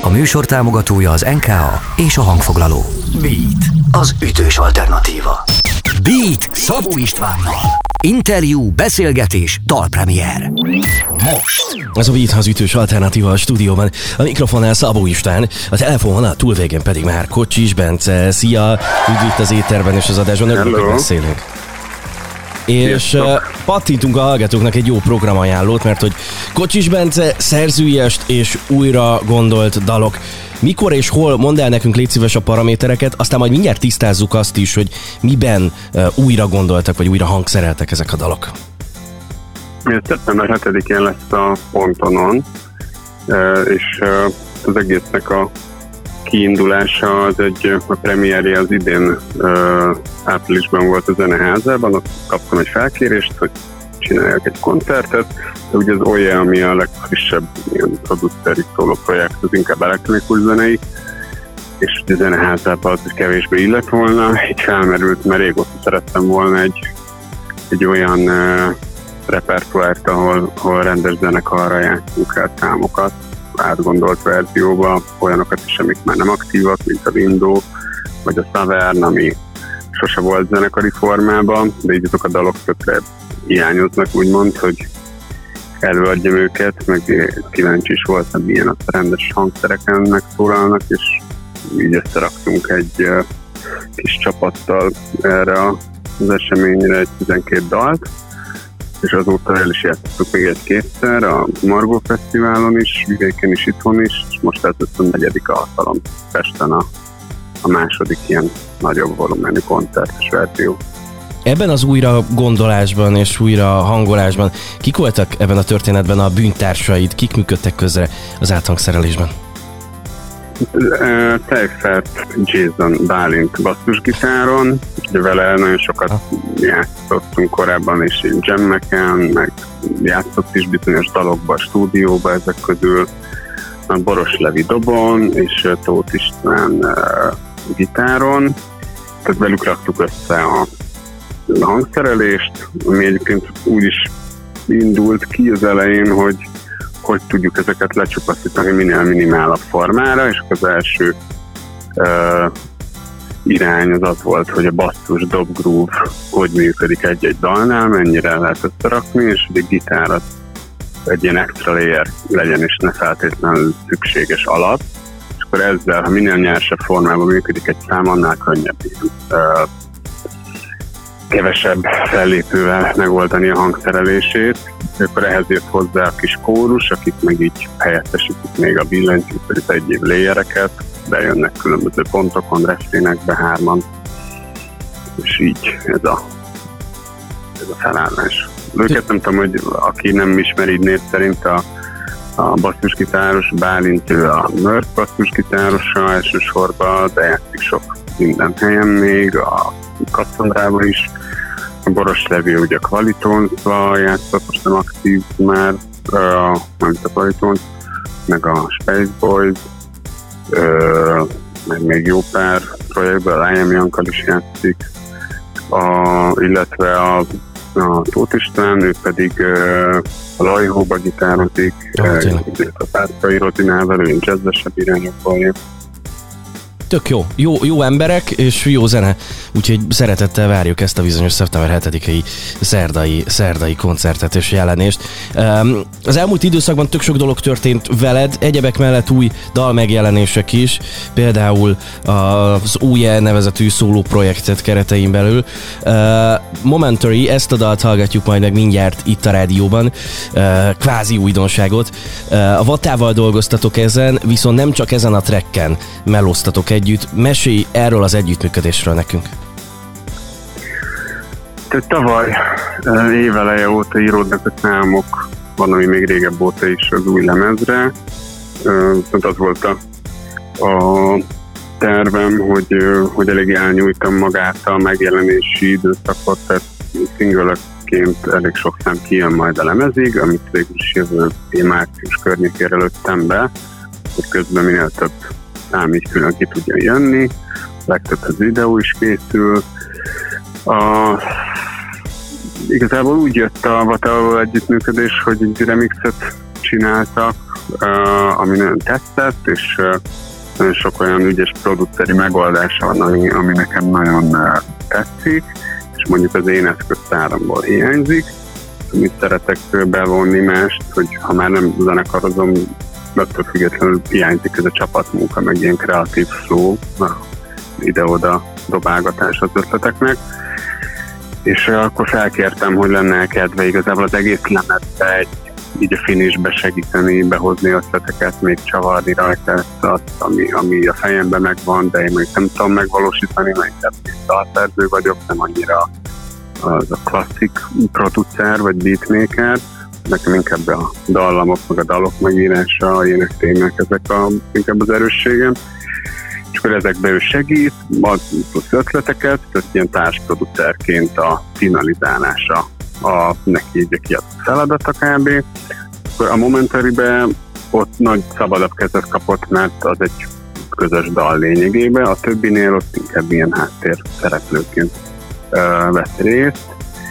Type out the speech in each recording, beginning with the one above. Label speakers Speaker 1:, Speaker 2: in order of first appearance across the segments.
Speaker 1: A műsor támogatója az NKA és a hangfoglaló. Beat, az ütős alternatíva. Beat Szabó Istvánnal. Interjú, beszélgetés, dalpremier. Most!
Speaker 2: Ez a Beat, az ütős alternatíva a stúdióban. A mikrofonnál Szabó István, a telefonon a túlvégén pedig már Kocsis Bence. Szia! Üdv itt az éterben és az adásban, örülök, hogy beszélünk. És pattintunk a hallgatóknak egy jó programajánlót, mert hogy Kocsis Bence szerzőiest és újra gondolt dalok. Mikor és hol, mondd el nekünk, légy szíves, a paramétereket, aztán majd mindjárt tisztázzuk azt is, hogy miben újra gondoltak, vagy újra hangszereltek ezek a dalok.
Speaker 3: Szeptember 7-én lesz a Pontonon, és az egésznek a kiindulása az a premierje az idén áprilisban volt a Zeneházában, ott kaptam egy felkérést, hogy csináljak egy koncertet, de ugye az OYE, ami a legfrissebb ilyen produceri szóló projekt, az inkább elektronikus zenei, és a Zeneházában az kevésbé illett volna, így felmerült, mert régóta szerettem volna egy olyan repertoárt, ahol rendes zenekarra játszunk el számokat, átgondolt verzióba, olyanokat is, amik már nem aktívak, mint a Window, vagy a Savern, ami sose volt zenekari formában, de így azok a dalok tökre hiányoznak, úgymond, hogy előadjam őket, meg kíváncsi is voltam, milyen a rendes hangszereken megszólalnak, és így összeraktunk egy kis csapattal erre az eseményre egy 12 dalt, és azóta el is játszottuk még egy-kétszer, a Margó Fesztiválon is, vidéken is, itthon is, és most ez lesz a 4. alkalom Pesten a második ilyen nagyobb volumenű koncertes verzió.
Speaker 2: Ebben az újra gondolásban és újra hangolásban kik voltak ebben a történetben a bűntársaid, kik működtek közre az áthangszerelésben?
Speaker 3: Seifert Jason Bálint basszusgitáron, ugye vele nagyon sokat játszottunk korábban, és én jammeken, meg játszott is bizonyos dalokba, stúdióba ezek közül, a Boros Levi dobon, és Tóth István gitáron, tehát velük raktuk össze a hangszerelést, ami egyébként úgy is indult ki az elején, hogy tudjuk ezeket lecsupaszítani minél minimálabb formára, és az első irány az volt, hogy a basszus, dob, groove hogy működik egy-egy dalnál, mennyire lehet összerakni, és hogy a gitár az egy ilyen extra layer legyen, és ne feltétlenül szükséges alap. És akkor ezzel, ha minél nyersebb formában működik egy szám, annál könnyebb kevesebb fellépővel megoldani a hangszerelését. Akkor ehhez jött hozzá a kis kórus, akik meg így helyettesítik még a billentyűt, egyéb layereket, bejönnek különböző pontokon, refrénekbe hárman, és így ez a felállás. Őket nem tudom, hogy aki nem ismeri név szerint a basszusgitáros Bálint, ő a Mörk basszusgitárosa elsősorban, de játszik sok minden helyen még, a Kasszandrában is. A Boros Levi ugye a Qualitone-ba játszott, most nem aktív már, mint a Qualitone, meg a Space Boys, meg még jó pár projektben, a Liam Jankkal is játszik, illetve a Tóth István, ő pedig a Lajhóba gitározik, a Párkai Rozinával, ő jazzesebb irányokból jön.
Speaker 2: Tök jó emberek és jó zene, úgyhogy szeretettel várjuk ezt a bizonyos szeptember 7-i szerdai koncertet és jelenést. Az elmúlt időszakban tök sok dolog történt veled, egyebek mellett új dalmegjelenések is, például az OYE nevezetű szóló projektet keretein belül. Momentary, ezt a dalt hallgatjuk majd meg mindjárt itt a rádióban, kvázi újdonságot. A Vatával dolgoztatok ezen, viszont nem csak ezen a tracken melóztatok együtt. Mesélj erről az együttműködésről nekünk.
Speaker 3: Tavaly éveleje óta íródnak a számok, van, ami még régebb óta is az új lemezre. Az volt a tervem, hogy elég elnyújtam magát a megjelenési időszakot, tehát single-ként elég sok szám kijön majd a lemezig, amit végül is jövő március környékére lőttem be, hogy közben minél több szám is külön ki tudja jönni, legtöbb az videó is készül. Igazából úgy jött a Vatával együttműködés, hogy egy remixet csináltak ami nagyon tetszett, és nagyon sok olyan ügyes produceri megoldása van, ami nekem nagyon tetszik, és mondjuk az én eszköztáramból hiányzik. Amit szeretek bevonni mást, hogy ha már nem zenekarozom, attól függetlenül hiányzik ez a csapatmunka, meg ilyen kreatív flow, ide-oda dobálgatás az ötleteknek. És akkor felkértem, hogy lenne kedve igazából az egész lemezbe így a finishbe segíteni, behozni ötleteket, még csavarni rajta azt, ami a fejemben megvan, de én még nem tudom megvalósítani, mert inkább dalszerző vagyok, nem annyira az a klasszik producer vagy beatmaker. Nekem inkább a dallamok, meg a dalok megírása, a énektémák, ezek inkább az erősségem. És akkor ezekbe ő segít, ad plusz ötleteket, tehát ilyen társproducerként a finalizálása neki így kiadott feladata kb. Akkor a Momentary-ben ott nagy szabadabb kezet kapott, mert az egy közös dal lényegében, a többinél ott inkább ilyen háttér szereplőként vesz részt,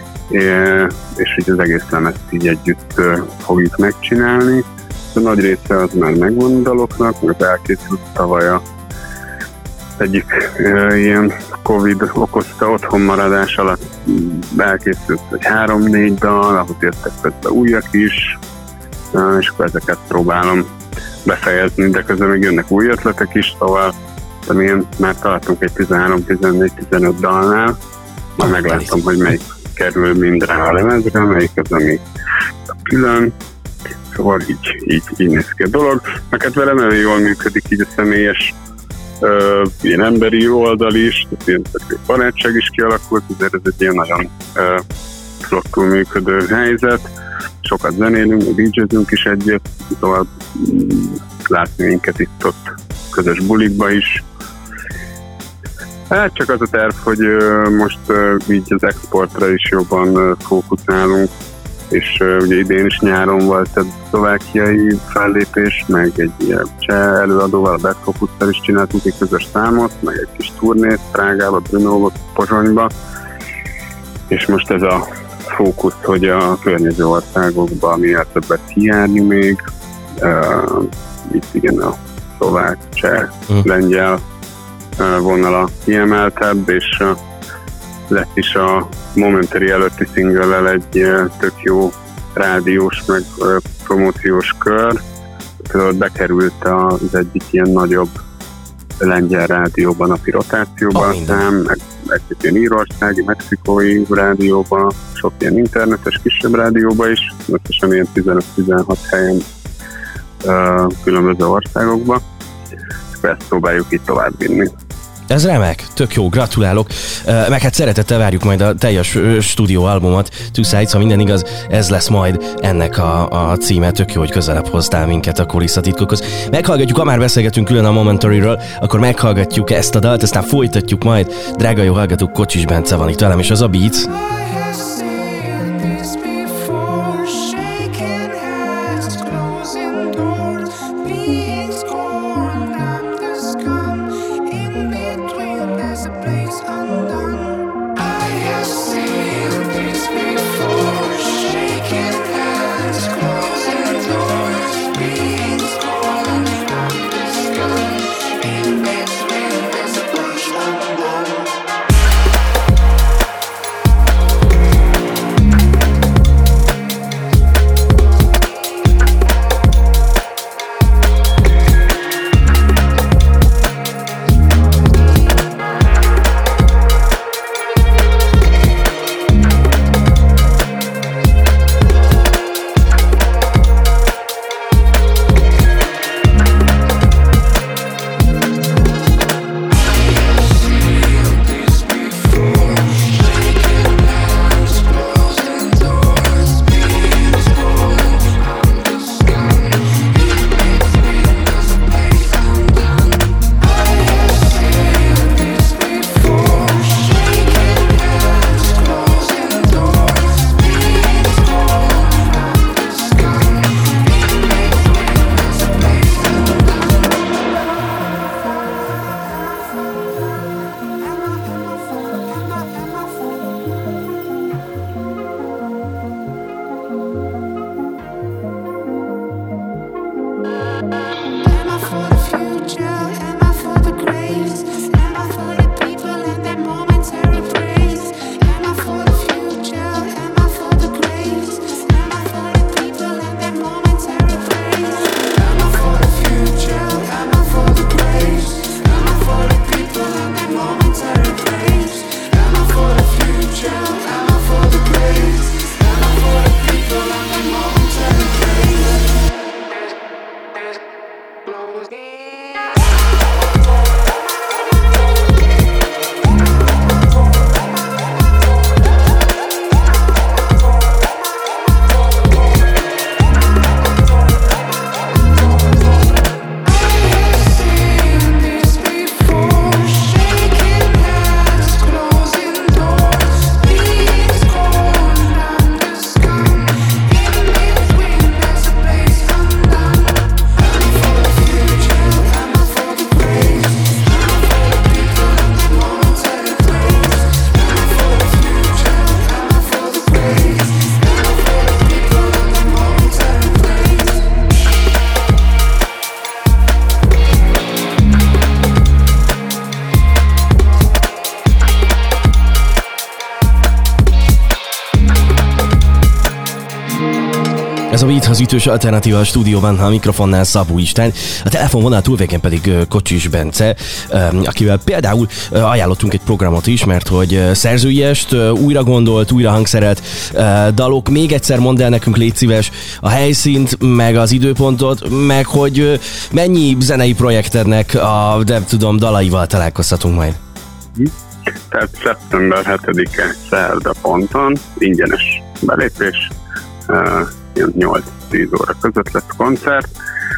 Speaker 3: és így az egész lemezt így együtt fogjuk megcsinálni. A nagy része az már megvan a daloknak, mert elkészült tavaly egyik ilyen Covid okozta otthonmaradás alatt elkészült egy 3-4 dal, ahhoz jöttek közben újak is, és akkor ezeket próbálom befejezni, de közben még jönnek új ötletek is, szóval már találtunk egy 13-14-15 dalnál, majd meglátom, hogy melyik kerül mindre a lemezre, melyik az, ami külön, szóval így néz ki a dolog. Meg hát velem nagyon jól működik így a személyes ilyen emberi oldal is, tehát ilyen barátság is kialakult, ezért ez egy ilyen nagyon flottul működő helyzet. Sokat zenélünk, meg DJ-zünk is egyet, szóval látni minket itt-ott közös bulikba is. Hát csak az a terv, hogy most így az exportra is jobban fókuszálunk, és ugye idén is nyáron volt egy szlovákiai fellépés, meg egy ilyen cseh előadóval, a Bad Focus-tal is csináltunk egy közös számot, meg egy kis turnét Prágába, Brnóba, Pozsonyba, és most ez a fókusz, hogy a környező országokban minél többet kijárni még, itt igen a szlovák, cseh, lengyel vonala kiemeltebb, és lett is a Momentary előtti single-lel egy tök jó rádiós, meg promóciós kör. Bekerült az egyik ilyen nagyobb lengyel rádióban, napi rotációban szám, meg egy ilyen írországi, mexikói rádióban, sok ilyen internetes kisebb rádióban is, összesen ilyen 15-16 helyen különböző országokban. És ezt próbáljuk így továbbvinni.
Speaker 2: Ez remek, tök jó, gratulálok. Meg hát szeretettel várjuk majd a teljes stúdióalbumot, Two Sides, ha minden igaz, ez lesz majd ennek a címe. Tök jó, hogy közelebb hoztál minket a kulisszatitkokhoz. Meghallgatjuk, ha már beszélgetünk külön a Momentaryről, akkor meghallgatjuk ezt a dalt, aztán folytatjuk majd. Drága jó hallgatók, Kocsis Bence van itt velem, és az a Beat. Ez a Beat, az ütős alternatíva a stúdióban, a mikrofonnál Szabó István, a telefonvonal túlvégén pedig Kocsis Bence, akivel például ajánlottunk egy programot is, mert hogy szerzői est, újra gondolt, újra hangszerelt dalok. Még egyszer mondd el nekünk, légy szíves, a helyszínt, meg az időpontot, meg hogy mennyi zenei projektednek a, nem tudom, dalaival találkozhatunk majd.
Speaker 3: Tehát szeptember 7-e szerda ponton, ingyenes belépés, 8-10 óra között lesz koncert.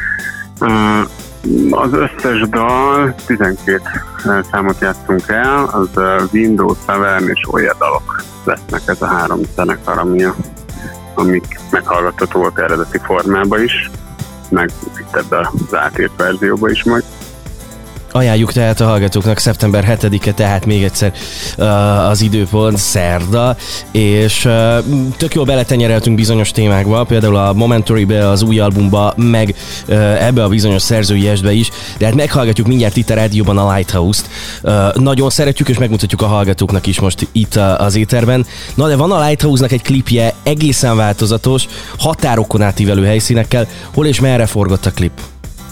Speaker 3: Az összes dal, 12 számot játszunk el, az Windows, Tavern és olyan dalok lesznek, ez a 3 zenekar, amik meghallgathatóak eredeti formában is, meg itt ebben az átírt verzióban is majd.
Speaker 2: Ajánljuk tehát a hallgatóknak szeptember 7-e, tehát még egyszer az időpont szerda, és tök jól beletenyereltünk bizonyos témákba, például a Momentary-be, az új albumba, meg ebbe a bizonyos szerzői estbe is, de hát meghallgatjuk mindjárt itt a rádióban a Lighthouse-t. Nagyon szeretjük, és megmutatjuk a hallgatóknak is most itt az éterben. Na de van a Lighthouse-nak egy klipje, egészen változatos, határokon átívelő helyszínekkel. Hol és merre forgott a klip?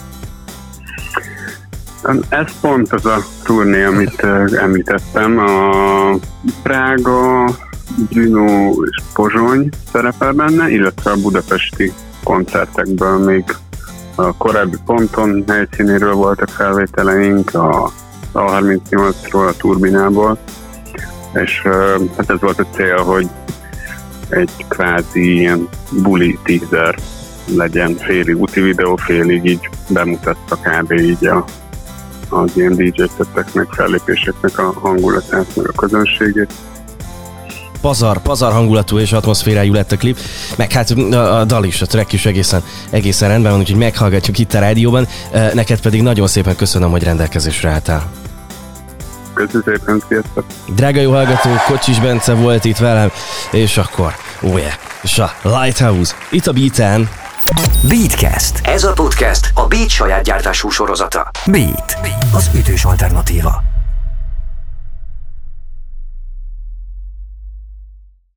Speaker 3: Ez pont az a turné, amit említettem. A Prága, Brno és Pozsony szerepel benne, illetve a budapesti koncertekből még a korábbi ponton helyszínéről voltak felvételeink, a 38-ról, a Turbinából, és hát ez volt a cél, hogy egy kvázi ilyen buli teaser legyen, félig úti videó, félig így bemutatta kb. Így az ilyen DJ-setteknek, fellépéseknek a hangulatát, meg a közönségét.
Speaker 2: Pazar hangulatú és atmoszférájú lett a klip, meg hát a dal is, a track is egészen rendben van, úgyhogy meghallgatjuk itt a rádióban. Neked pedig nagyon szépen köszönöm, hogy rendelkezésre álltál.
Speaker 3: Köszönöm szépen, sziasztok!
Speaker 2: Drága jó hallgató, Kocsis Bence volt itt velem, és akkor, és a Lighthouse, itt a Beaten.
Speaker 1: Beatcast. Ez a podcast a Beat saját gyártású sorozata. Beat, az ütős alternatíva.